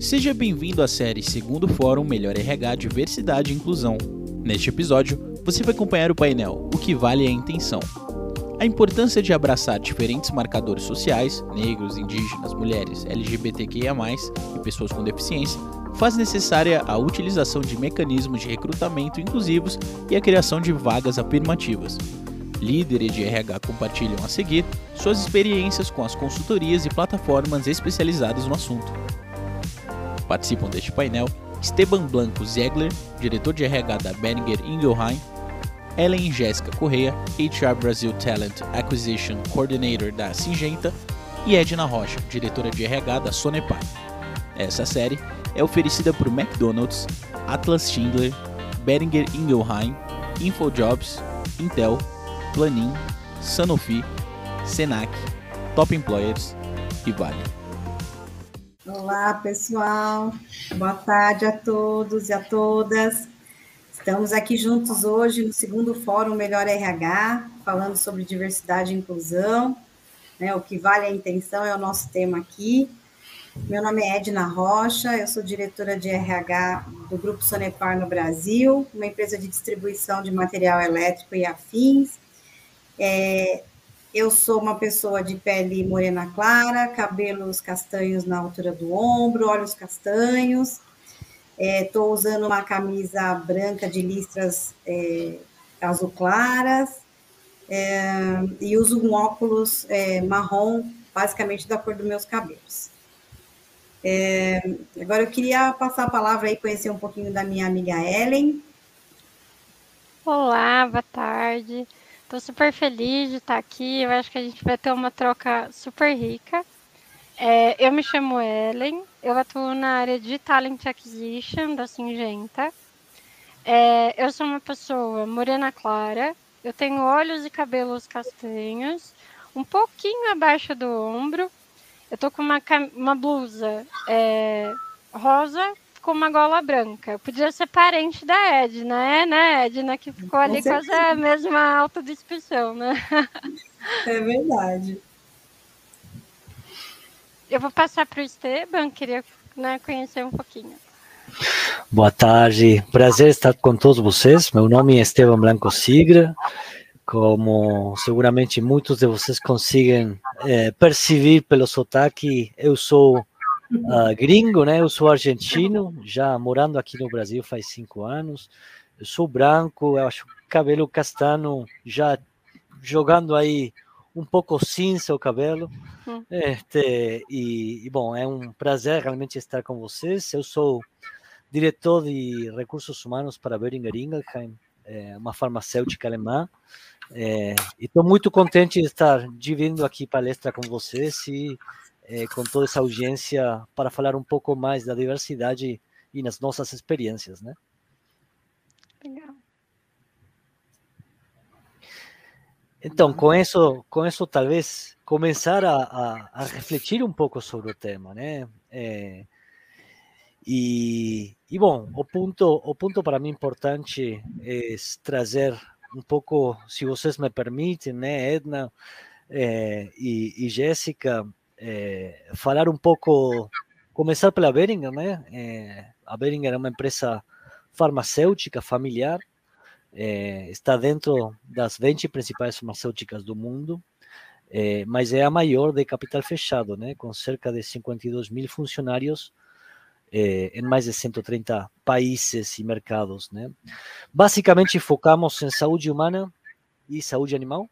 Seja bem-vindo à série Segundo Fórum Melhor RH Diversidade e Inclusão. Neste episódio, você vai acompanhar o painel O que vale é a intenção. A importância de abraçar diferentes marcadores sociais, negros, indígenas, mulheres, LGBTQIA+, e pessoas com deficiência, faz necessária a utilização de mecanismos de recrutamento inclusivos e a criação de vagas afirmativas. Líderes de RH compartilham a seguir suas experiências com as consultorias e plataformas especializadas no assunto. Participam deste painel Esteban Blanco Ziegler, diretor de RH da Boehringer Ingelheim, Ellen Jéssica Correia, HR Brasil Talent Acquisition Coordinator da Syngenta, e Edna Rocha, diretora de RH da Sonepar. Essa série é oferecida por McDonald's, Atlas Schindler, Boehringer Ingelheim, InfoJobs, Intel, Planin, Sanofi, Senac, Top Employers e Vale. Olá, pessoal. Boa tarde a todos e a todas. Estamos aqui juntos hoje no segundo Fórum Melhor RH, falando sobre diversidade e inclusão, né? O que vale a intenção é o nosso tema aqui. Meu nome é Edna Rocha, eu sou diretora de RH do Grupo Sonepar no Brasil, uma empresa de distribuição de material elétrico e afins. Eu sou uma pessoa de pele morena clara, cabelos castanhos na altura do ombro, olhos castanhos. Estou usando uma camisa branca de listras azul claras e uso um óculos marrom, basicamente da cor dos meus cabelos. Agora eu queria passar a palavra aí, conhecer um pouquinho da minha amiga Ellen. Olá, boa tarde. Estou super feliz de estar aqui. Eu acho que a gente vai ter uma troca super rica. Eu me chamo Ellen, eu atuo na área de Talent Acquisition da Syngenta. Eu sou uma pessoa morena clara, eu tenho olhos e cabelos castanhos, um pouquinho abaixo do ombro. Eu tô com uma blusa rosa com uma gola branca. Eu podia ser parente da Edna, né, Edna, que ficou ali quase a mesma autodescrição, né? É verdade. Eu vou passar para o Esteban, queria conhecer um pouquinho. Boa tarde, prazer estar com todos vocês. Meu nome é Esteban Blanco Ziegler. Como seguramente muitos de vocês conseguem perceber pelo sotaque, eu sou gringo, né? Eu sou argentino, já morando aqui no Brasil faz 5 anos. Eu sou branco, eu acho cabelo castanho, já jogando aí um pouco cinza o cabelo. Bom, é um prazer realmente estar com vocês. Eu sou diretor de recursos humanos para Boehringer Ingelheim, uma farmacêutica alemã. E estou muito contente de estar dividindo aqui palestra com vocês e com toda essa audiência para falar um pouco mais da diversidade e nas nossas experiências, né? Legal. Então, com isso talvez começar a refletir um pouco sobre o tema, né? Bom, o ponto para mim importante é trazer um pouco, se vocês me permitem, né, Edna e Jéssica, falar um pouco, começar pela Boehringer, né? A Boehringer é uma empresa farmacêutica familiar, está dentro das 20 principais farmacêuticas do mundo, mas é a maior de capital fechado, né? Com cerca de 52 mil funcionários em mais de 130 países e mercados, né? Basicamente focamos em saúde humana e saúde animal,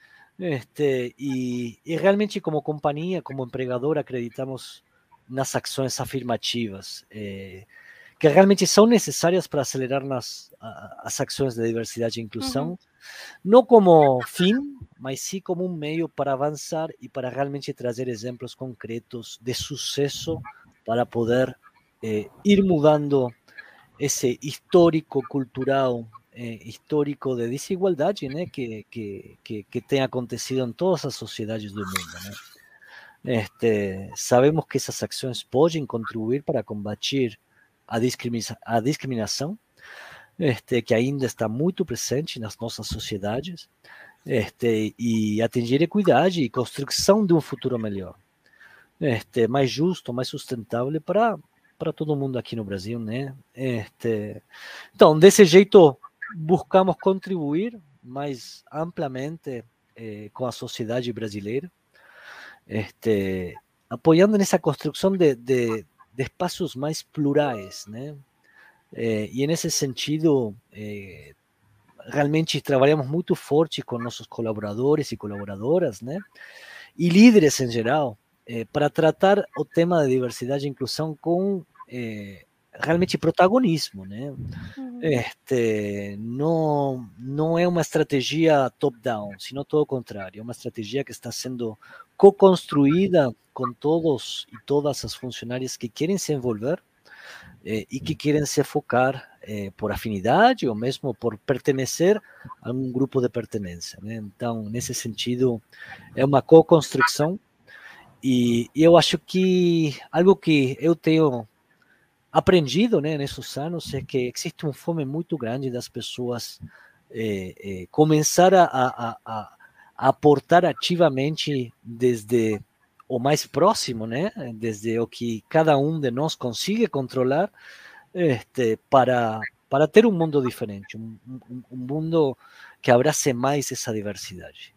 e realmente como companhia, como empregador, acreditamos nas ações afirmativas, que realmente são necessárias para acelerar as ações de diversidade e inclusão, não como fim, mas sim como um meio para avançar e para realmente trazer exemplos concretos de sucesso para poder ir mudando esse histórico cultural, histórico de desigualdade, né, que tem acontecido em todas as sociedades do mundo, né? Sabemos que essas ações podem contribuir para combater a discriminação, que ainda está muito presente nas nossas sociedades, e atingir equidade e construção de um futuro melhor, mais justo, mais sustentável para para todo mundo aqui no Brasil, né? Então, desse jeito, buscamos contribuir mais amplamente com a sociedade brasileira, apoiando nessa construção de espaços mais plurais, né? E nesse sentido, realmente trabalhamos muito forte com nossos colaboradores e colaboradoras, né? E líderes em geral, para tratar o tema da diversidade e inclusão com realmente protagonismo, né? Não é uma estratégia top-down, sino todo o contrário, é uma estratégia que está sendo co-construída com todos e todas as funcionárias que querem se envolver e que querem se focar por afinidade ou mesmo por pertencer a um grupo de pertenência, né? Então, nesse sentido, é uma co-construção e eu acho que algo que eu tenho aprendido, né, nesses anos é que existe uma fome muito grande das pessoas começar a aportar ativamente desde o mais próximo, né, desde o que cada um de nós consiga controlar, para ter um mundo diferente, um mundo que abrace mais essa diversidade.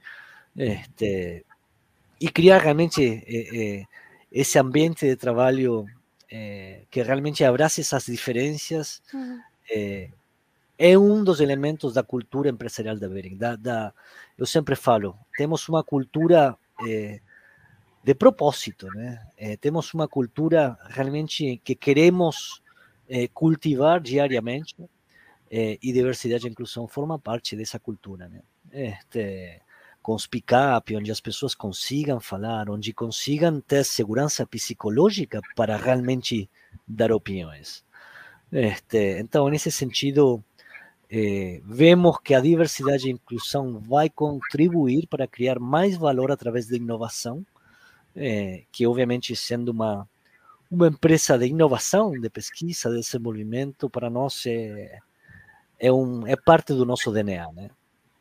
E criar realmente esse ambiente de trabalho que realmente abrace essas diferenças é um dos elementos da cultura empresarial da Behring. Eu sempre falo, temos uma cultura de propósito, né? Temos uma cultura realmente que queremos cultivar diariamente e diversidade e inclusão forma parte dessa cultura, né? Com os pick-up, onde as pessoas consigam falar, onde consigam ter segurança psicológica para realmente dar opiniões. Então, nesse sentido, vemos que a diversidade e inclusão vai contribuir para criar mais valor através da inovação, que obviamente sendo uma empresa de inovação, de pesquisa, de desenvolvimento, para nós é parte do nosso DNA, né?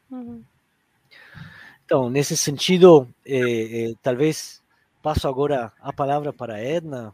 Então, nesse sentido, talvez passo agora a palavra para a Edna,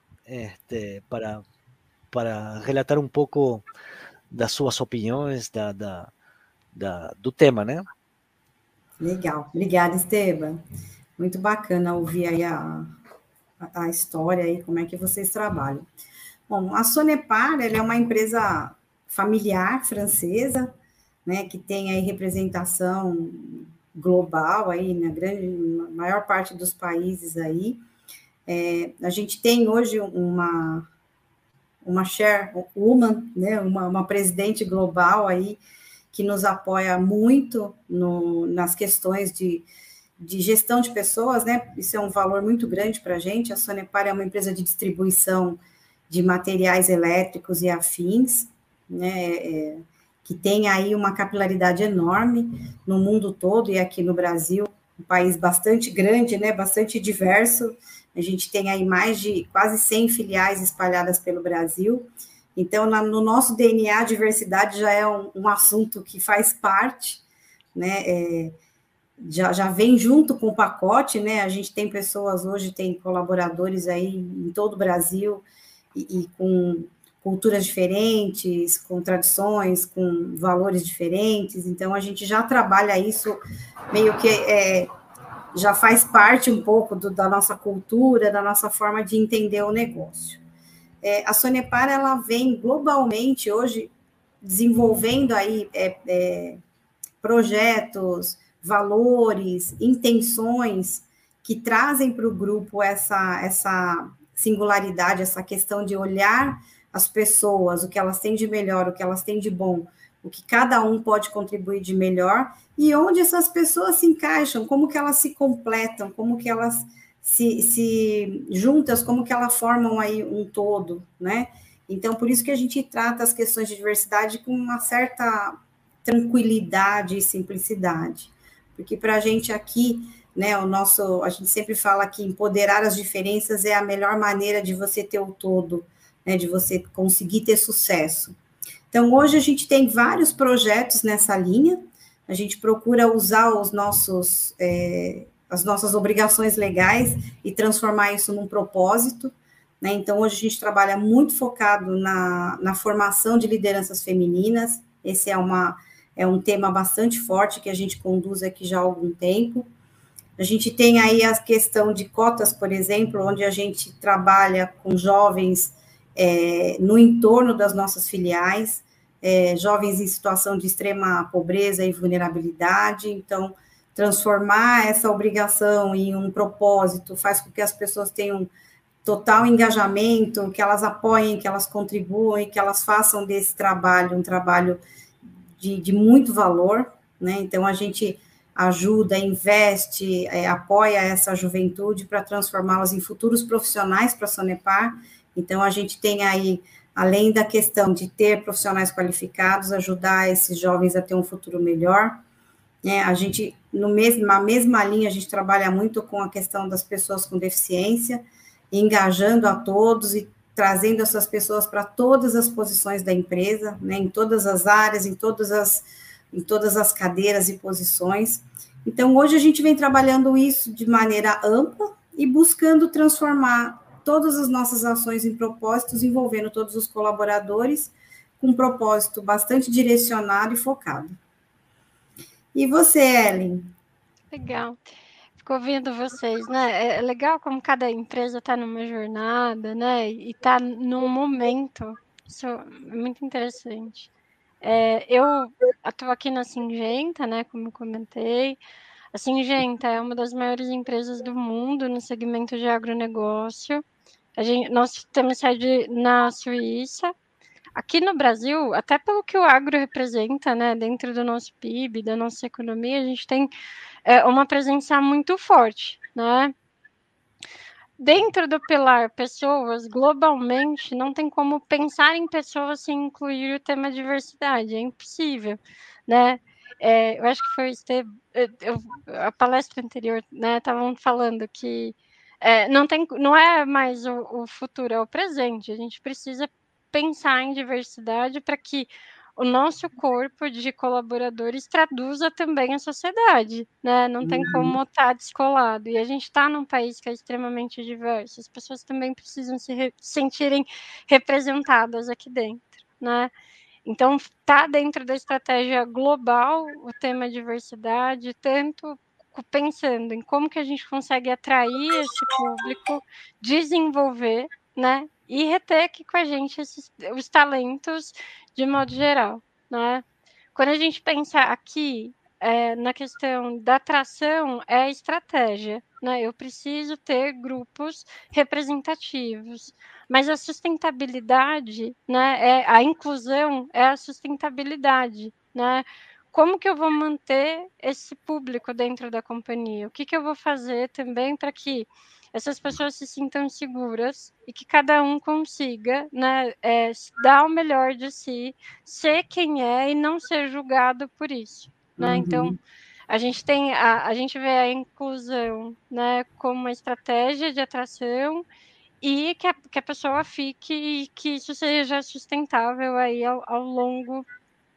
para relatar um pouco das suas opiniões do tema, né? Legal, obrigada, Esteban. Muito bacana ouvir aí a história aí, como é que vocês trabalham. Bom, a Sonepar, ela é uma empresa familiar francesa, né, que tem aí representação global aí na maior parte dos países aí. A gente tem hoje uma chairwoman, né, uma presidente global aí que nos apoia muito nas questões de gestão de pessoas, né? Isso é um valor muito grande para a gente. A Sonepar é uma empresa de distribuição de materiais elétricos e afins, né? Que tem aí uma capilaridade enorme no mundo todo e aqui no Brasil, um país bastante grande, né? Bastante diverso. A gente tem aí mais de quase 100 filiais espalhadas pelo Brasil. Então, no nosso DNA, a diversidade já é um assunto que faz parte, né? Já vem junto com o pacote, né? A gente tem pessoas hoje, tem colaboradores aí em todo o Brasil e com culturas diferentes, com tradições, com valores diferentes. Então, a gente já trabalha isso meio que já faz parte um pouco da nossa cultura, da nossa forma de entender o negócio. A Sonepar, ela vem globalmente hoje desenvolvendo aí projetos, valores, intenções que trazem para o grupo essa singularidade, essa questão de olhar as pessoas, o que elas têm de melhor, o que elas têm de bom, o que cada um pode contribuir de melhor, e onde essas pessoas se encaixam, como que elas se completam, como que elas se juntas, como que elas formam aí um todo, né? Então, por isso que a gente trata as questões de diversidade com uma certa tranquilidade e simplicidade, porque para a gente aqui, né, a gente sempre fala que empoderar as diferenças é a melhor maneira de você ter o todo, né, de você conseguir ter sucesso. Então, hoje a gente tem vários projetos nessa linha, a gente procura usar as nossas obrigações legais e transformar isso num propósito, né? Então, hoje a gente trabalha muito focado na formação de lideranças femininas. Esse é um tema bastante forte que a gente conduz aqui já há algum tempo. A gente tem aí a questão de cotas, por exemplo, onde a gente trabalha com jovens no entorno das nossas filiais, jovens em situação de extrema pobreza e vulnerabilidade. Então, transformar essa obrigação em um propósito faz com que as pessoas tenham total engajamento, que elas apoiem, que elas contribuam e que elas façam desse trabalho um trabalho de muito valor, né? Então, a gente ajuda, investe, apoia essa juventude para transformá-las em futuros profissionais para a Sonepar. Então, a gente tem aí, além da questão de ter profissionais qualificados, ajudar esses jovens a ter um futuro melhor, né? A gente, na mesma linha, a gente trabalha muito com a questão das pessoas com deficiência, engajando a todos e trazendo essas pessoas para todas as posições da empresa, né? Em todas as áreas, em todas as cadeiras e posições. Então, hoje a gente vem trabalhando isso de maneira ampla e buscando transformar todas as nossas ações em propósitos, envolvendo todos os colaboradores, com um propósito bastante direcionado e focado. E você, Ellen? Legal. Fico ouvindo vocês, né? É legal como cada empresa está numa jornada, né? E está num momento. Isso é muito interessante. Eu atuo aqui na Syngenta, né? Como eu comentei. A Syngenta é uma das maiores empresas do mundo no segmento de agronegócio. Nós temos sede na Suíça. Aqui no Brasil, até pelo que o agro representa, né, dentro do nosso PIB, da nossa economia, a gente tem uma presença muito forte, né? Dentro do pilar pessoas, globalmente, não tem como pensar em pessoas sem incluir o tema diversidade, é impossível, né? Eu acho que foi a palestra anterior, né? Estavam falando que não é mais o futuro, é o presente. A gente precisa pensar em diversidade para que o nosso corpo de colaboradores traduza também a sociedade, né? Não tem como estar descolado. E a gente está num país que é extremamente diverso. As pessoas também precisam se sentirem representadas aqui dentro, né? Então, está dentro da estratégia global o tema diversidade, tanto pensando em como que a gente consegue atrair esse público, desenvolver, né? E reter aqui com a gente os talentos de modo geral, né? Quando a gente pensa aqui na questão da atração, é a estratégia, né? Eu preciso ter grupos representativos, mas a sustentabilidade, né? A inclusão é a sustentabilidade, né? Como que eu vou manter esse público dentro da companhia? O que eu vou fazer também para que essas pessoas se sintam seguras e que cada um consiga, né, dar o melhor de si, ser quem é e não ser julgado por isso, né? Então, a gente vê a inclusão, né, como uma estratégia de atração e que a pessoa fique e que isso seja sustentável aí ao longo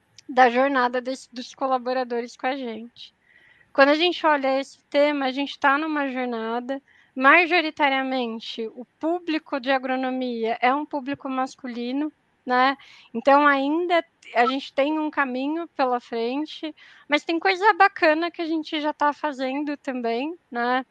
da jornada dos colaboradores com a gente. Quando a gente olha esse tema, a gente está numa jornada, majoritariamente, o público de agronomia é um público masculino, né? Então, ainda a gente tem um caminho pela frente, mas tem coisa bacana que a gente já está fazendo também, né?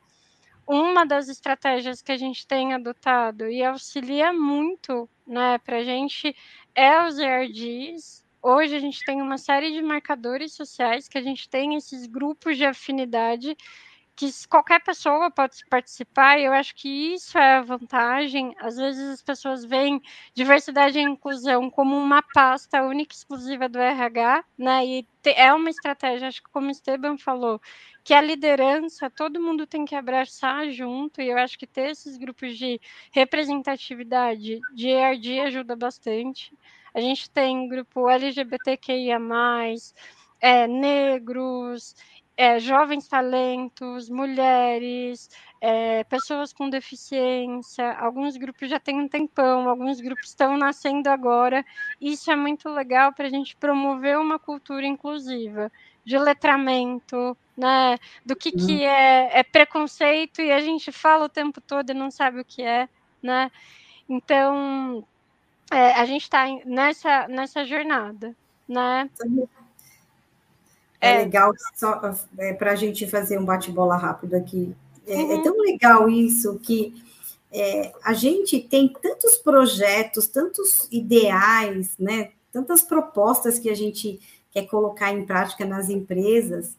Uma das estratégias que a gente tem adotado e auxilia muito, né, para a gente é os ERGs. Hoje a gente tem uma série de marcadores sociais que a gente tem esses grupos de afinidade que qualquer pessoa pode participar, e eu acho que isso é a vantagem. Às vezes as pessoas veem diversidade e inclusão como uma pasta única e exclusiva do RH, né? E é uma estratégia, acho que como o Esteban falou, que a liderança, todo mundo tem que abraçar junto, e eu acho que ter esses grupos de representatividade de ERG ajuda bastante. A gente tem grupo LGBTQIA+, negros, jovens talentos, mulheres, pessoas com deficiência. Alguns grupos já têm um tempão, alguns grupos estão nascendo agora. Isso é muito legal para a gente promover uma cultura inclusiva, de letramento, né? Do que é preconceito e a gente fala o tempo todo e não sabe o que é, né? Então, a gente está nessa jornada, né? É legal, só para a gente fazer um bate-bola rápido aqui. É tão legal isso que a gente tem tantos projetos, tantos ideais, né? Tantas propostas que a gente quer colocar em prática nas empresas,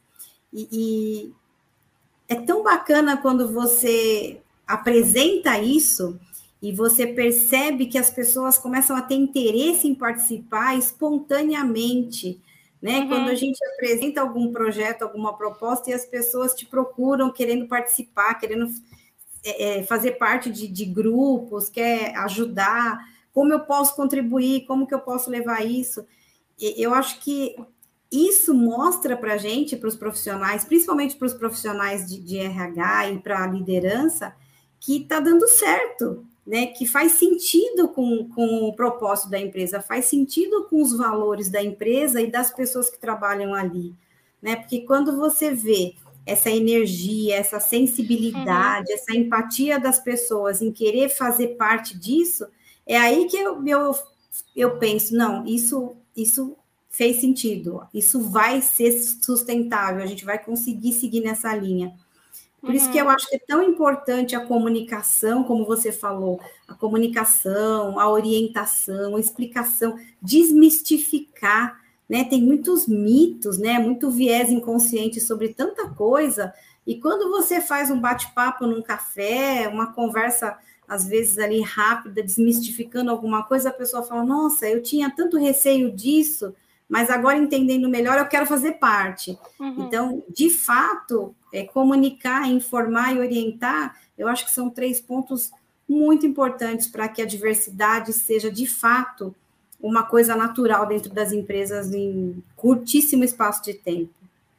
e é tão bacana quando você apresenta isso e você percebe que as pessoas começam a ter interesse em participar espontaneamente, né? Quando a gente apresenta algum projeto, alguma proposta, e as pessoas te procuram querendo participar, querendo fazer parte de grupos, quer ajudar, como eu posso contribuir, como que eu posso levar isso? Eu acho que isso mostra para a gente, para os profissionais, principalmente para os profissionais de RH e para a liderança, que está dando certo, né? Que faz sentido com o propósito da empresa, faz sentido com os valores da empresa e das pessoas que trabalham ali, né? Porque quando você vê essa energia, essa sensibilidade, essa empatia das pessoas em querer fazer parte disso, é aí que eu penso, não, isso fez sentido, isso vai ser sustentável, a gente vai conseguir seguir nessa linha. Por isso que eu acho que é tão importante a comunicação, como você falou, a comunicação, a orientação, a explicação, desmistificar, né? Tem muitos mitos, né? Muito viés inconsciente sobre tanta coisa, e quando você faz um bate-papo num café, uma conversa, às vezes ali rápida, desmistificando alguma coisa, a pessoa fala, nossa, eu tinha tanto receio disso, mas agora entendendo melhor, eu quero fazer parte. Então, de fato, comunicar, informar e orientar, eu acho que são 3 pontos muito importantes para que a diversidade seja, de fato, uma coisa natural dentro das empresas em curtíssimo espaço de tempo.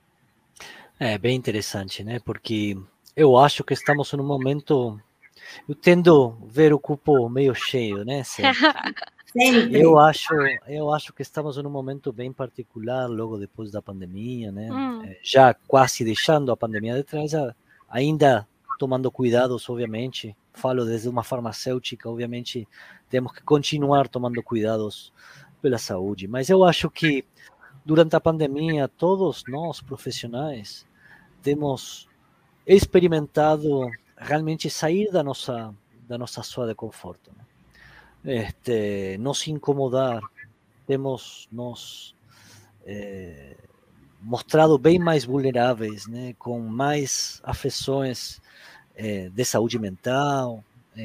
É bem interessante, né? Porque eu acho que estamos num momento... Eu tendo a ver o copo meio cheio, né? Sempre. Sempre. Eu acho que estamos num momento bem particular, logo depois da pandemia, né? Já quase deixando a pandemia de trás, ainda tomando cuidados, obviamente. Falo desde uma farmacêutica, obviamente, temos que continuar tomando cuidados pela saúde. Mas eu acho que durante a pandemia, todos nós profissionais temos experimentado realmente sair da nossa zona de conforto, né? Nos incomodar, temos nos mostrado bem mais vulneráveis, né, com mais afecções de saúde mental,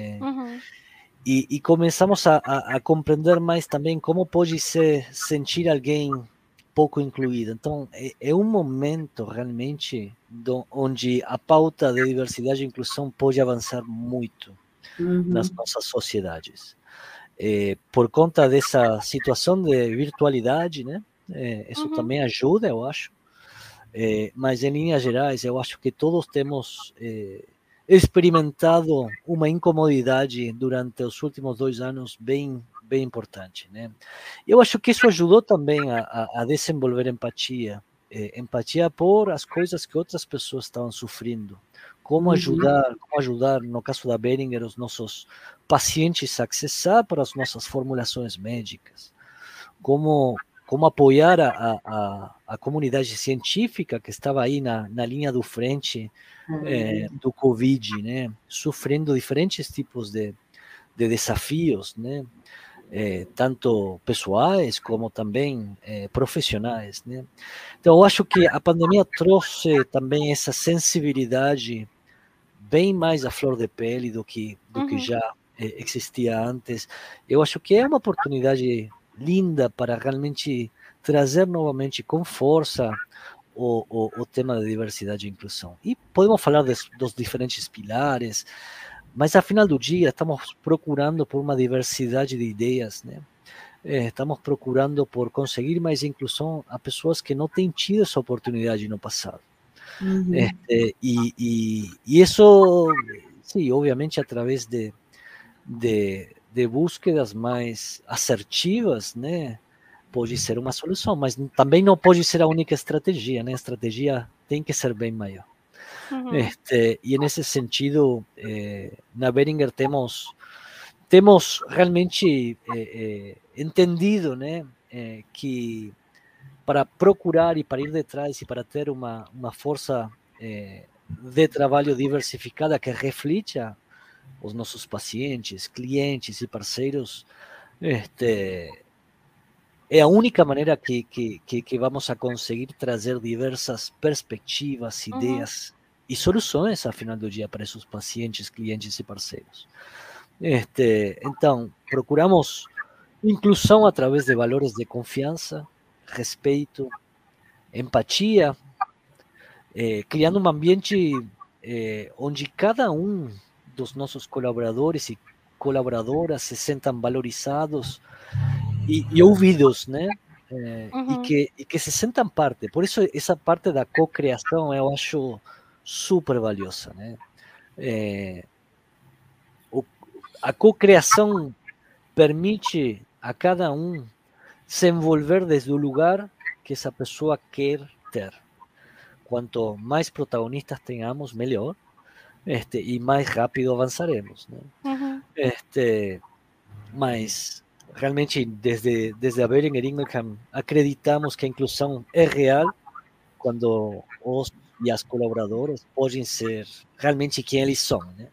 e começamos a compreender mais também como pode se sentir alguém pouco incluído. Então, é um momento realmente onde a pauta de diversidade e inclusão pode avançar muito nas nossas sociedades. Por conta dessa situação de virtualidade, né? Isso também ajuda, eu acho. Mas, em linhas gerais, eu acho que todos temos experimentado uma incomodidade durante os últimos 2 anos bem importante, né? Eu acho que isso ajudou também a desenvolver empatia, empatia por as coisas que outras pessoas estavam sofrendo, como ajudar, no caso da Behringer, os nossos pacientes a acessar para as nossas formulações médicas, como apoiar a comunidade científica que estava aí na linha do frente do Covid, né, sofrendo diferentes tipos de desafios, né, tanto pessoais como também profissionais, né. Então, eu acho que a pandemia trouxe também essa sensibilidade bem mais à flor de pele do que já existia antes. Eu acho que é uma oportunidade linda para realmente trazer novamente com força o tema da diversidade e inclusão. E podemos falar dos diferentes pilares, mas ao final do dia estamos procurando por uma diversidade de ideias, né? Estamos procurando por conseguir mais inclusão a pessoas que não têm tido essa oportunidade no passado. E isso, sim, obviamente, através de búsquedas mais assertivas, né? Pode ser uma solução, mas também não pode ser a única estratégia, né? A estratégia tem que ser bem maior. E nesse sentido, na Behringer temos temos realmente entendido, né, que para procurar e para ir detrás e para ter uma força de trabalho diversificada que reflita os nossos pacientes, clientes e parceiros, é a única maneira que vamos a conseguir trazer diversas perspectivas, ideias e soluções, ao final do dia, para esses pacientes, clientes e parceiros. Então, procuramos inclusão através de valores de confiança, respeito, empatia, criando um ambiente onde cada um dos nossos colaboradores e colaboradoras se sentam valorizados e ouvidos, né? E que se sentam parte. Por isso, essa parte da cocriação eu acho super valiosa, né? A cocriação permite a cada um se envolver desde o lugar que essa pessoa quer ter. Quanto mais protagonistas tenhamos, melhor, e mais rápido avançaremos, né? Mas realmente desde a Behring Ingham acreditamos que a inclusão é real quando os e as colaboradoras podem ser realmente quem eles são, né?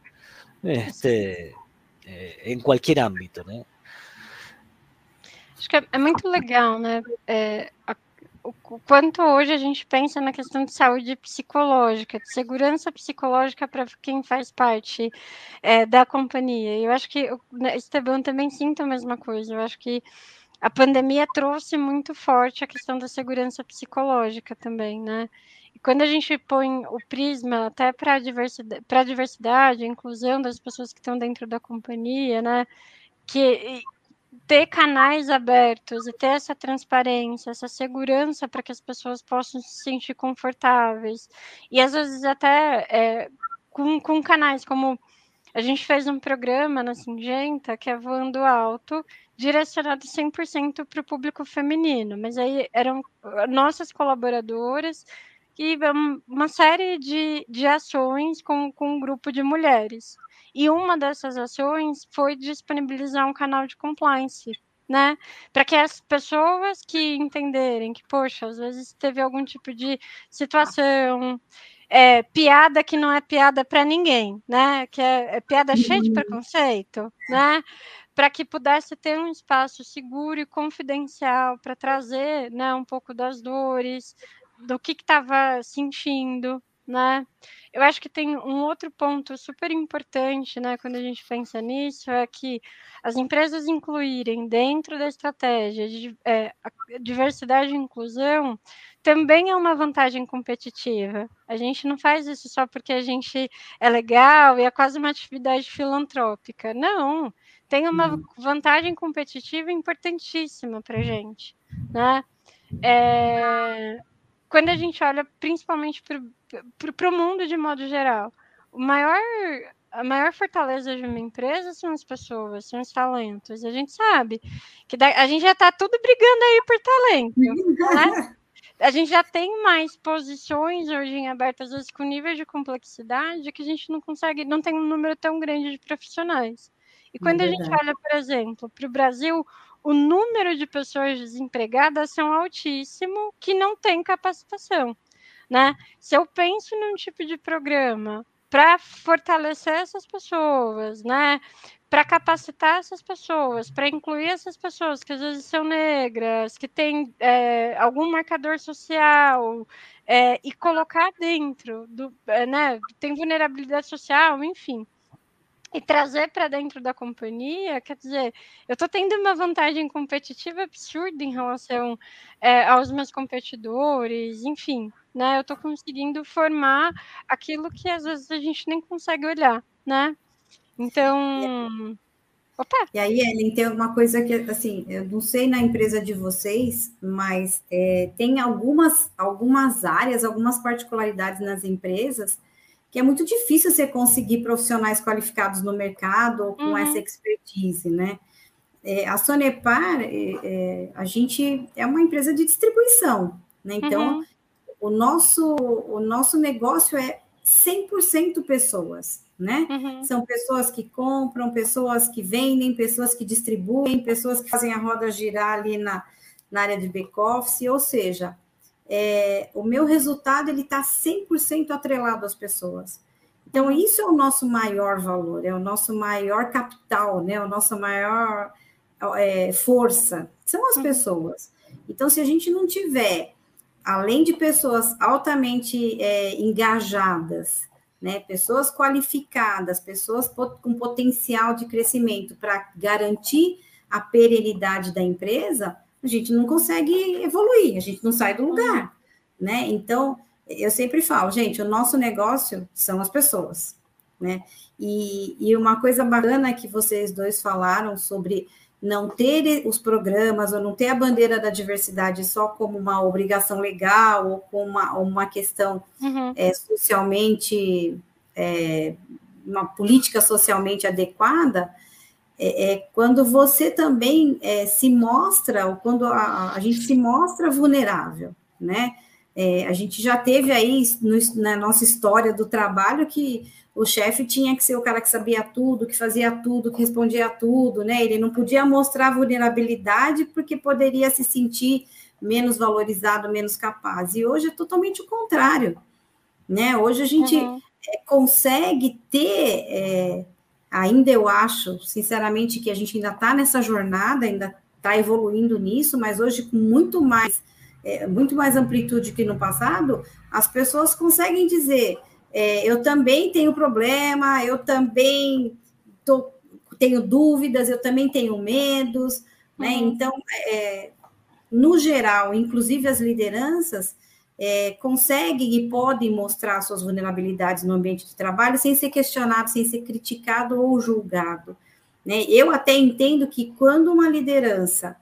Em qualquer âmbito, né? Acho que é muito legal, né? O quanto hoje a gente pensa na questão de saúde psicológica, de segurança psicológica para quem faz parte da companhia. E eu acho que o Esteban também sinta a mesma coisa. Eu acho que a pandemia trouxe muito forte a questão da segurança psicológica também, né? E quando a gente põe o prisma até para a diversidade, a inclusão das pessoas que estão dentro da companhia, né? Que ter canais abertos e ter essa transparência, essa segurança para que as pessoas possam se sentir confortáveis. E às vezes até com canais como a gente fez um programa na Singenta, que é Voando Alto, direcionado 100% para o público feminino, mas aí eram nossas colaboradoras e uma série de ações com um grupo de mulheres. E uma dessas ações foi disponibilizar um canal de compliance, né? Para que as pessoas que entenderem que, poxa, às vezes teve algum tipo de situação, piada que não é piada para ninguém, né? Que é piada cheia de preconceito, né? Para que pudesse ter um espaço seguro e confidencial para trazer, né, um pouco das dores, do que estava sentindo, né? Eu acho que tem um outro ponto super importante, né, quando a gente pensa nisso, é que as empresas incluírem dentro da estratégia de diversidade e inclusão também é uma vantagem competitiva. A gente não faz isso só porque a gente é legal e é quase uma atividade filantrópica. Não, tem uma vantagem competitiva importantíssima para a gente, né? Quando a gente olha principalmente para o mundo de modo geral, a maior fortaleza de uma empresa são as pessoas, são os talentos. A gente sabe que a gente já está tudo brigando aí por talento, né? A gente já tem mais posições hoje em aberto, às vezes com nível de complexidade, que a gente não tem um número tão grande de profissionais. E quando a gente olha, por exemplo, para o Brasil, o número de pessoas desempregadas são altíssimo que não tem capacitação, né? Se eu penso num tipo de programa para fortalecer essas pessoas, né? Para capacitar essas pessoas, para incluir essas pessoas que às vezes são negras, que têm algum marcador social, e colocar dentro né? Tem vulnerabilidade social, enfim. E trazer para dentro da companhia, quer dizer, eu estou tendo uma vantagem competitiva absurda em relação aos meus competidores, enfim, né? Eu estou conseguindo formar aquilo que às vezes a gente nem consegue olhar, né? Então, opa! E aí, Ellen, tem uma coisa que, assim, eu não sei na empresa de vocês, mas tem algumas áreas, algumas particularidades nas empresas que é muito difícil você conseguir profissionais qualificados no mercado ou com essa expertise, né? A Sonepar, a gente é uma empresa de distribuição, né? Então, o nosso negócio 100% pessoas, né? São pessoas que compram, pessoas que vendem, pessoas que distribuem, pessoas que fazem a roda girar ali na área de back-office, ou seja, o meu resultado ele está 100% atrelado às pessoas. Então, isso é o nosso maior valor, é o nosso maior capital, né? A nossa maior força, são as pessoas. Então, se a gente não tiver, além de pessoas altamente engajadas, né? Pessoas qualificadas, pessoas com potencial de crescimento para garantir a perenidade da empresa, a gente não consegue evoluir, a gente não sai do lugar, né? Então, eu sempre falo, gente, o nosso negócio são as pessoas, né? E uma coisa bacana que vocês dois falaram sobre não ter os programas ou não ter a bandeira da diversidade só como uma obrigação legal ou como uma questão socialmente, uma política socialmente adequada, quando você também se mostra, ou quando a gente se mostra vulnerável, né? A gente já teve aí na nossa história do trabalho que o chefe tinha que ser o cara que sabia tudo, que fazia tudo, que respondia a tudo, né? Ele não podia mostrar vulnerabilidade porque poderia se sentir menos valorizado, menos capaz. E hoje é totalmente o contrário, né? Hoje a gente consegue ter, ainda eu acho, sinceramente, que a gente ainda está nessa jornada, ainda está evoluindo nisso, mas hoje com muito mais amplitude que no passado, as pessoas conseguem dizer, eu também tenho problema, eu também tenho dúvidas, eu também tenho medos, né? Então, no geral, inclusive as lideranças, conseguem e podem mostrar suas vulnerabilidades no ambiente de trabalho sem ser questionado, sem ser criticado ou julgado, né? Eu até entendo que quando uma liderança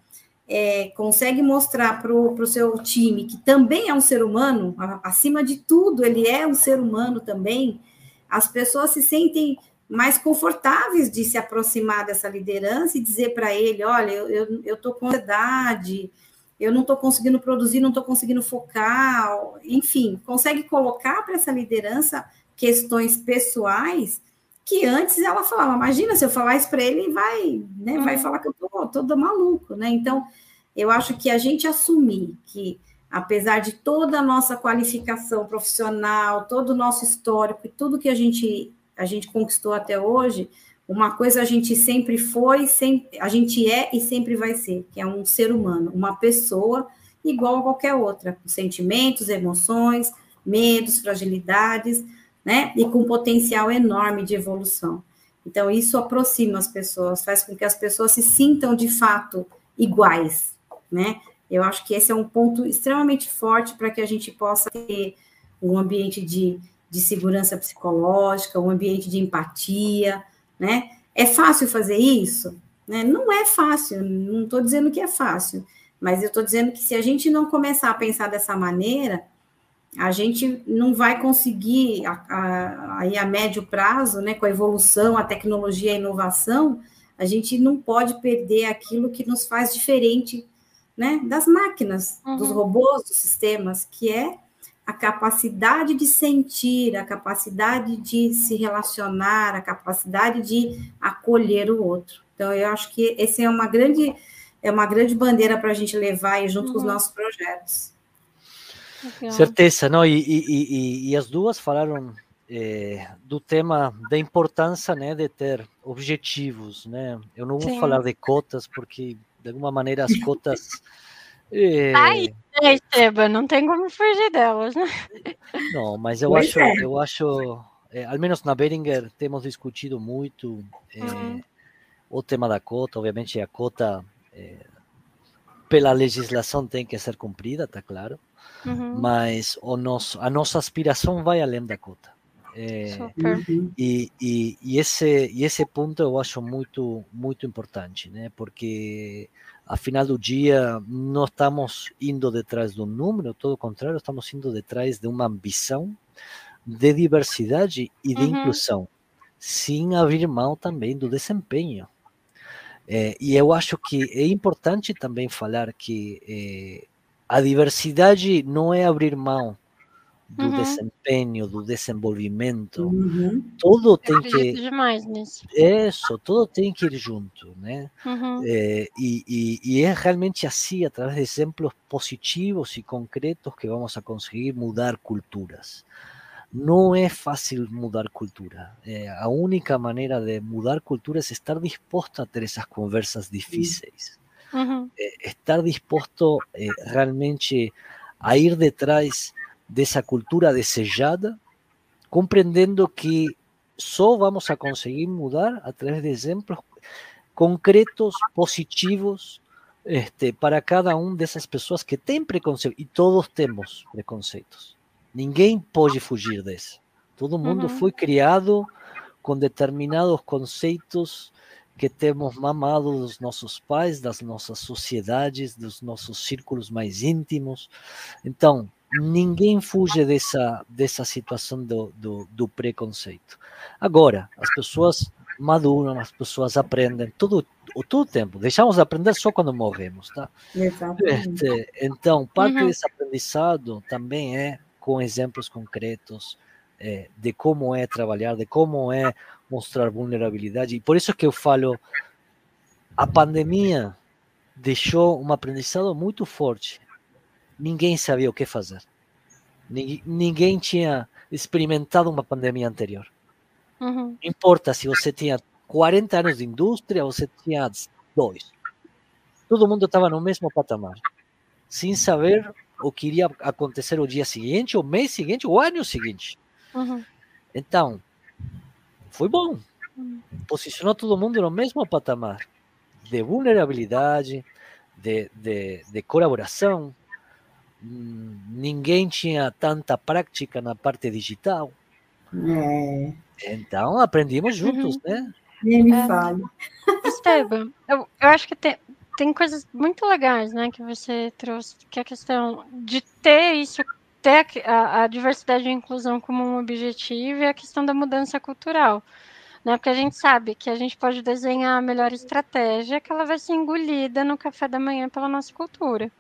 consegue mostrar para o seu time que também é um ser humano, acima de tudo, ele é um ser humano também, as pessoas se sentem mais confortáveis de se aproximar dessa liderança e dizer para ele, olha, eu estou com ansiedade, eu não estou conseguindo produzir, não estou conseguindo focar, enfim, consegue colocar para essa liderança questões pessoais que antes ela falava, imagina, se eu falar isso para ele, vai falar que eu estou toda maluco, né? Então, eu acho que a gente assumir que, apesar de toda a nossa qualificação profissional, todo o nosso histórico e tudo que a gente conquistou até hoje, uma coisa a gente sempre foi, a gente é e sempre vai ser, que é um ser humano, uma pessoa igual a qualquer outra, com sentimentos, emoções, medos, fragilidades, né? E com potencial enorme de evolução. Então, isso aproxima as pessoas, faz com que as pessoas se sintam, de fato, iguais, né? Eu acho que esse é um ponto extremamente forte para que a gente possa ter um ambiente de segurança psicológica, um ambiente de empatia, né? É fácil fazer isso? Né? Não é fácil, não estou dizendo que é fácil, mas eu estou dizendo que se a gente não começar a pensar dessa maneira, a gente não vai conseguir, aí a médio prazo, né, com a evolução, a tecnologia, a inovação, a gente não pode perder aquilo que nos faz diferente, né, das máquinas, dos robôs, dos sistemas, que é a capacidade de sentir, a capacidade de se relacionar, a capacidade de acolher o outro. Então, eu acho que esse é uma grande bandeira para a gente levar aí junto com os nossos projetos. Legal. Certeza, não? E as duas falaram do tema da importância, né, de ter objetivos, né? Eu não vou falar de cotas, porque de alguma maneira as cotas Ai, Esteban, não tem como fugir delas, né? Não, mas eu acho, ao menos na Behringer temos discutido muito o tema da cota. Obviamente a cota pela legislação tem que ser cumprida, tá claro, mas a nossa aspiração vai além da cota. E esse ponto eu acho muito, muito importante, né? Porque afinal do dia não estamos indo detrás de um número, todo o contrário, estamos indo detrás de uma ambição de diversidade e de inclusão, sem abrir mão também do desempenho. E eu acho que é importante também falar que a diversidade não é abrir mão do desempenho, do desenvolvimento, Uhum. tudo tem Acredito que demais nisso. tudo tem que ir junto, né? E é realmente assim, através de exemplos positivos e concretos, que vamos a conseguir mudar culturas. Não é fácil mudar cultura. A única maneira de mudar cultura é estar disposto a ter essas conversas difíceis. Estar disposto realmente a ir detrás dessa cultura desejada, compreendendo que só vamos a conseguir mudar através de exemplos concretos, positivos, para cada dessas pessoas que tem preconceito. E todos temos preconceitos. Ninguém pode fugir disso. Todo mundo foi criado com determinados conceitos que temos mamado dos nossos pais, das nossas sociedades, dos nossos círculos mais íntimos. Então, ninguém fuge dessa situação do preconceito. Agora, as pessoas maduram, as pessoas aprendem todo o tempo. Deixamos de aprender só quando morremos, tá? Exatamente. Então, parte desse aprendizado também é com exemplos concretos de como é trabalhar, de como é mostrar vulnerabilidade. E por isso que eu falo, a pandemia deixou um aprendizado muito forte. Ninguém sabia o que fazer. Ninguém tinha experimentado uma pandemia anterior. Não importa se você tinha 40 anos de indústria ou você tinha 2. Todo mundo estava no mesmo patamar, sem saber o que iria acontecer o dia seguinte, o mês seguinte, o ano seguinte. Então, foi bom. Posicionou todo mundo no mesmo patamar de vulnerabilidade, de colaboração. Ninguém tinha tanta prática na parte digital. Então, aprendemos juntos, né? Nem me fale. Esteban, eu acho que tem coisas muito legais, né, que você trouxe, que é a questão de ter a diversidade e a inclusão como um objetivo e a questão da mudança cultural, né, porque a gente sabe que a gente pode desenhar a melhor estratégia, que ela vai ser engolida no café da manhã pela nossa cultura.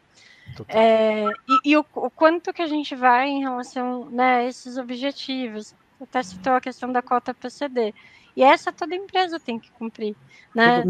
E o quanto que a gente vai em relação, né, a esses objetivos. Você até citou a questão da cota PCD. E essa toda empresa tem que cumprir, né?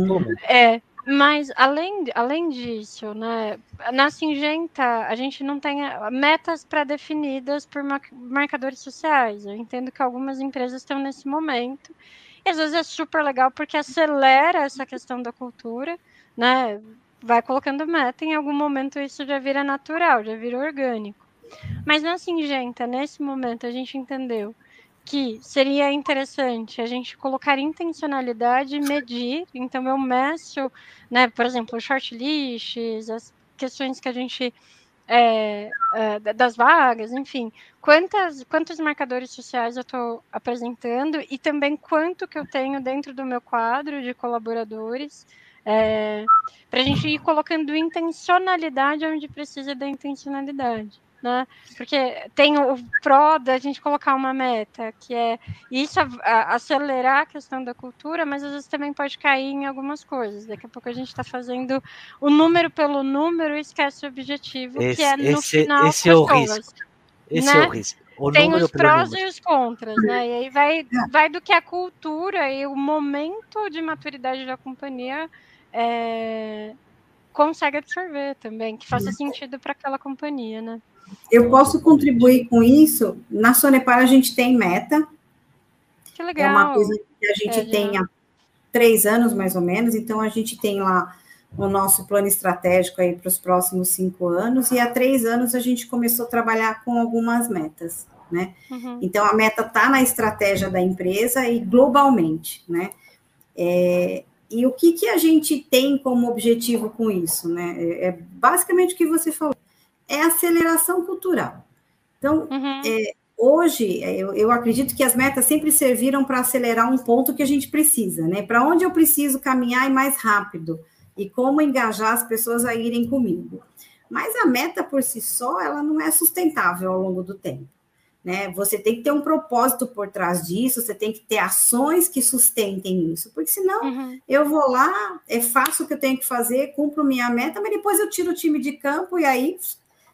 Mas além disso, né, na Syngenta a gente não tem metas pré-definidas por marcadores sociais. Eu entendo que algumas empresas estão nesse momento. E às vezes é super legal porque acelera essa questão da cultura, né? Vai colocando meta, em algum momento isso já vira natural, já vira orgânico. Mas na Syngenta, nesse momento, a gente entendeu que seria interessante a gente colocar intencionalidade e medir. Então, eu meço, né, por exemplo, shortlists, as questões que a gente das vagas, enfim, quantos marcadores sociais eu estou apresentando e também quanto que eu tenho dentro do meu quadro de colaboradores, para a gente ir colocando intencionalidade onde precisa da intencionalidade, né? Porque tem o pró da gente colocar uma meta, que é isso acelerar a questão da cultura, mas às vezes também pode cair em algumas coisas. Daqui a pouco a gente está fazendo o número pelo número e esquece o objetivo, que é no final esse é o risco. Esse né? é o risco. Tem os prós e os contras, né? E aí vai do que a cultura e o momento de maturidade da companhia consegue absorver também, que faça sentido para aquela companhia, né? Eu posso contribuir com isso. Na Sonepar a gente tem meta. Que legal. É uma coisa que a gente tem há 3 anos, mais ou menos. Então, a gente tem lá o nosso plano estratégico aí para os próximos 5 anos. E há 3 anos a gente começou a trabalhar com algumas metas, né? Então, a meta está na estratégia da empresa e globalmente, né? E o que a gente tem como objetivo com isso, né? É basicamente o que você falou. É aceleração cultural. Então, hoje, eu acredito que as metas sempre serviram para acelerar um ponto que a gente precisa, né? Para onde eu preciso caminhar e mais rápido, e como engajar as pessoas a irem comigo. Mas a meta por si só, ela não é sustentável ao longo do tempo, né? Você tem que ter um propósito por trás disso, você tem que ter ações que sustentem isso, porque senão eu vou lá, faço o que eu tenho que fazer, cumpro minha meta, mas depois eu tiro o time de campo e aí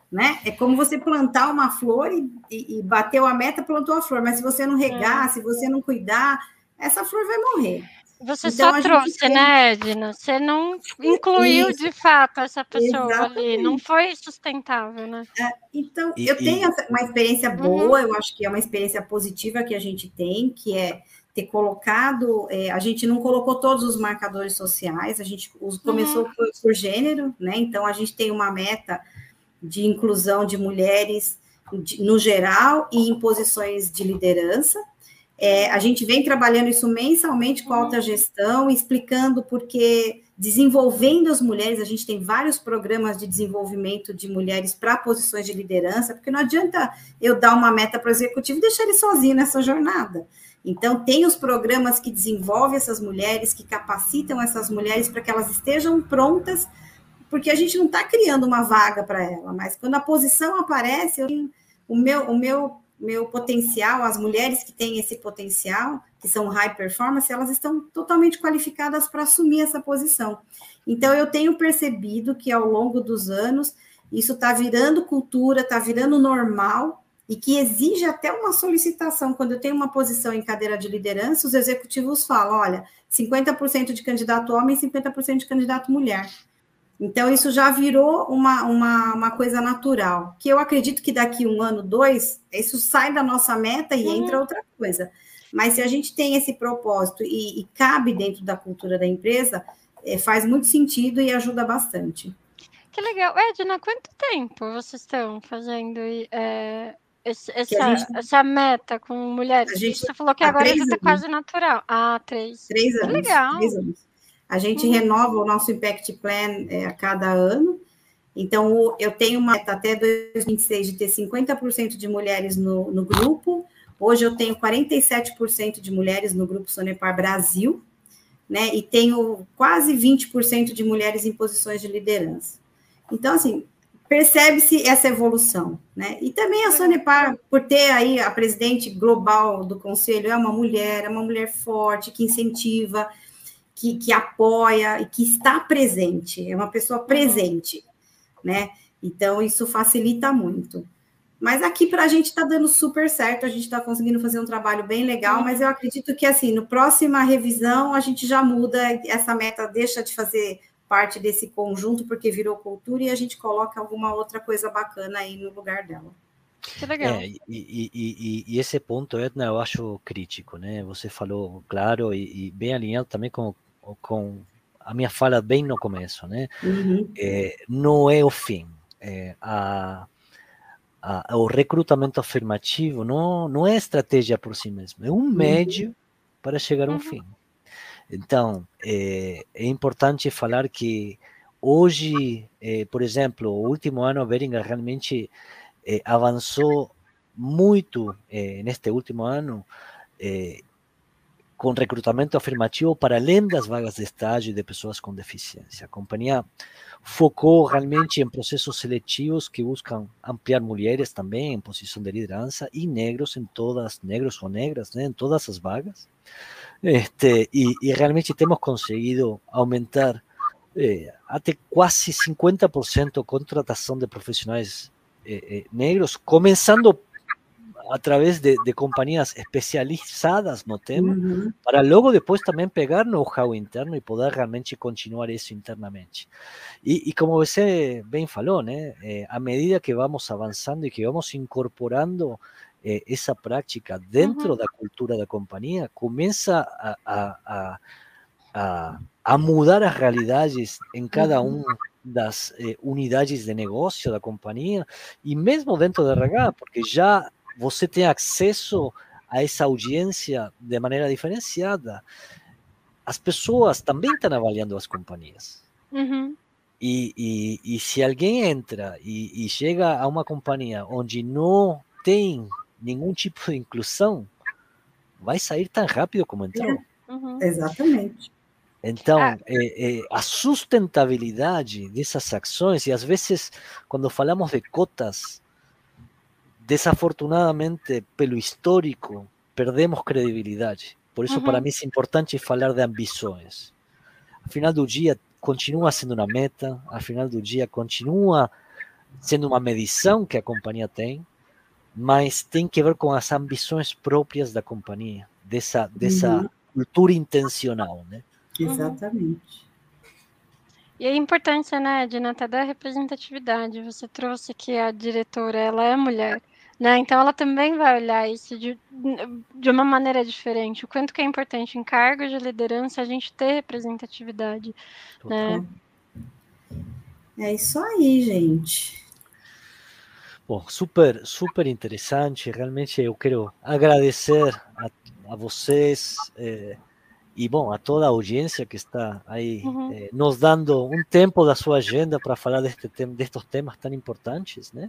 né? É como você plantar uma flor e bateu a meta, plantou a flor, mas se você não regar, se você não cuidar, essa flor vai morrer. Você então, só trouxe, né, Edna? Você não incluiu de fato essa pessoa ali, não foi sustentável, né? Então, eu tenho uma experiência boa, eu acho que é uma experiência positiva que a gente tem, que é ter colocado, a gente não colocou todos os marcadores sociais, a gente começou por gênero, né? Então, a gente tem uma meta de inclusão de mulheres no geral e em posições de liderança. A gente vem trabalhando isso mensalmente com a alta gestão, explicando porque desenvolvendo as mulheres, a gente tem vários programas de desenvolvimento de mulheres para posições de liderança, porque não adianta eu dar uma meta para o executivo e deixar ele sozinho nessa jornada. Então, tem os programas que desenvolvem essas mulheres, que capacitam essas mulheres para que elas estejam prontas, porque a gente não está criando uma vaga para ela, mas quando a posição aparece, o meu potencial, as mulheres que têm esse potencial, que são high performance, elas estão totalmente qualificadas para assumir essa posição. Então, eu tenho percebido que ao longo dos anos, isso está virando cultura, está virando normal, e que exige até uma solicitação. Quando eu tenho uma posição em cadeira de liderança, os executivos falam, olha, 50% de candidato homem e 50% de candidato mulher. Então, isso já virou uma coisa natural, que eu acredito que daqui 1 ano, 2, isso sai da nossa meta e entra outra coisa. Mas se a gente tem esse propósito e cabe dentro da cultura da empresa, faz muito sentido e ajuda bastante. Que legal. Edna, quanto tempo vocês estão fazendo essa meta com mulheres? Você falou que agora já está quase natural. 3. 3 anos. Que legal. 3 anos. A gente renova o nosso Impact Plan a cada ano. Então, eu tenho uma meta até 2026 de ter 50% de mulheres no grupo. Hoje, eu tenho 47% de mulheres no grupo Sonepar Brasil, né? E tenho quase 20% de mulheres em posições de liderança. Então, assim, percebe-se essa evolução, né? E também a Sonepar, por ter aí a presidente global do conselho, é uma mulher forte, que incentiva, que apoia e que está presente, é uma pessoa presente, né? Então, isso facilita muito. Mas aqui para a gente está dando super certo, a gente está conseguindo fazer um trabalho bem legal, mas eu acredito que, assim, no próxima revisão, a gente já muda essa meta, deixa de fazer parte desse conjunto, porque virou cultura, e a gente coloca alguma outra coisa bacana aí no lugar dela. Que legal. E esse ponto, Edna, eu acho crítico, né? Você falou claro e bem alinhado também com a minha fala bem no começo, né? Não é o fim. O recrutamento afirmativo não é estratégia por si mesmo, é um meio para chegar a um fim. Então, é importante falar que hoje, por exemplo, o último ano, a Behringer realmente avançou muito neste último ano com recrutamento afirmativo para além das vagas de estágio de pessoas com deficiência. A companhia focou realmente em processos seletivos que buscam ampliar mulheres também em posição de liderança e negros negros ou negras, né, em todas as vagas. E realmente temos conseguido aumentar até quase 50% a contratação de profissionais negros, começando através de companhias especializadas no tema, para logo depois também pegar know-how interno e poder realmente continuar isso internamente. E como você bem falou, né, à medida que vamos avançando e que vamos incorporando essa prática dentro da cultura da companhia, começa a mudar as realidades em cada das unidades de negócio da companhia e mesmo dentro da RH, porque já você tem acesso a essa audiência de maneira diferenciada. As pessoas também estão avaliando as companhias. E se alguém entra e chega a uma companhia onde não tem nenhum tipo de inclusão, vai sair tão rápido como entrou. Exatamente. Então, a sustentabilidade dessas ações, e às vezes, quando falamos de cotas, desafortunadamente, pelo histórico, perdemos credibilidade. Por isso, para mim, é importante falar de ambições. Ao final do dia, continua sendo uma meta, ao final do dia, continua sendo uma medição que a companhia tem, mas tem que ver com as ambições próprias da companhia, dessa cultura intencional, né? Exatamente. E a importância, né, Edna, até da representatividade. Você trouxe que a diretora, ela é mulher, né? Então ela também vai olhar isso de uma maneira diferente. O quanto que é importante em cargos de liderança a gente ter representatividade, né? É isso aí, gente. Bom, super interessante. Realmente eu quero agradecer a vocês e, bom, a toda a audiência que está aí nos dando um tempo da sua agenda para falar destes temas tão importantes, né?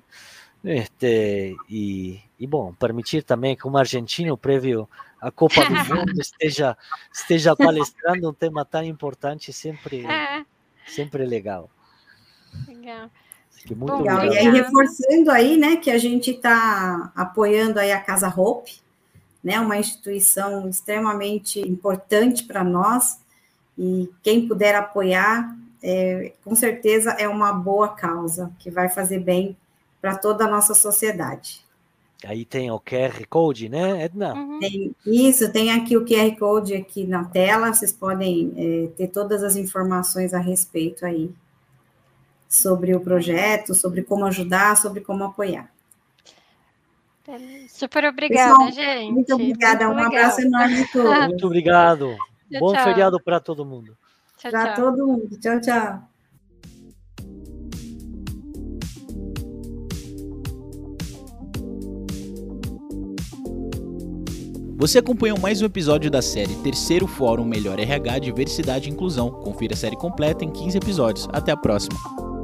E, bom, permitir também que um argentino prévio à Copa do Mundo esteja palestrando um tema tão importante, sempre legal. Legal. Muito legal. obrigado. E aí, reforçando aí, né, que a gente está apoiando aí a Casa Hope, né, uma instituição extremamente importante para nós, e quem puder apoiar, com certeza é uma boa causa, que vai fazer bem para toda a nossa sociedade. Aí tem o QR Code, né, Edna? Tem aqui o QR Code aqui na tela, vocês podem ter todas as informações a respeito aí, sobre o projeto, sobre como ajudar, sobre como apoiar. Super obrigada, pessoal, gente. Muito obrigada, um abraço enorme a todos. Muito obrigado. Bom tchau. feriado para todo mundo. Para todo mundo. Tchau, tchau. Você acompanhou mais um episódio da série Terceiro Fórum Melhor RH Diversidade e Inclusão. Confira a série completa em 15 episódios. Até a próxima.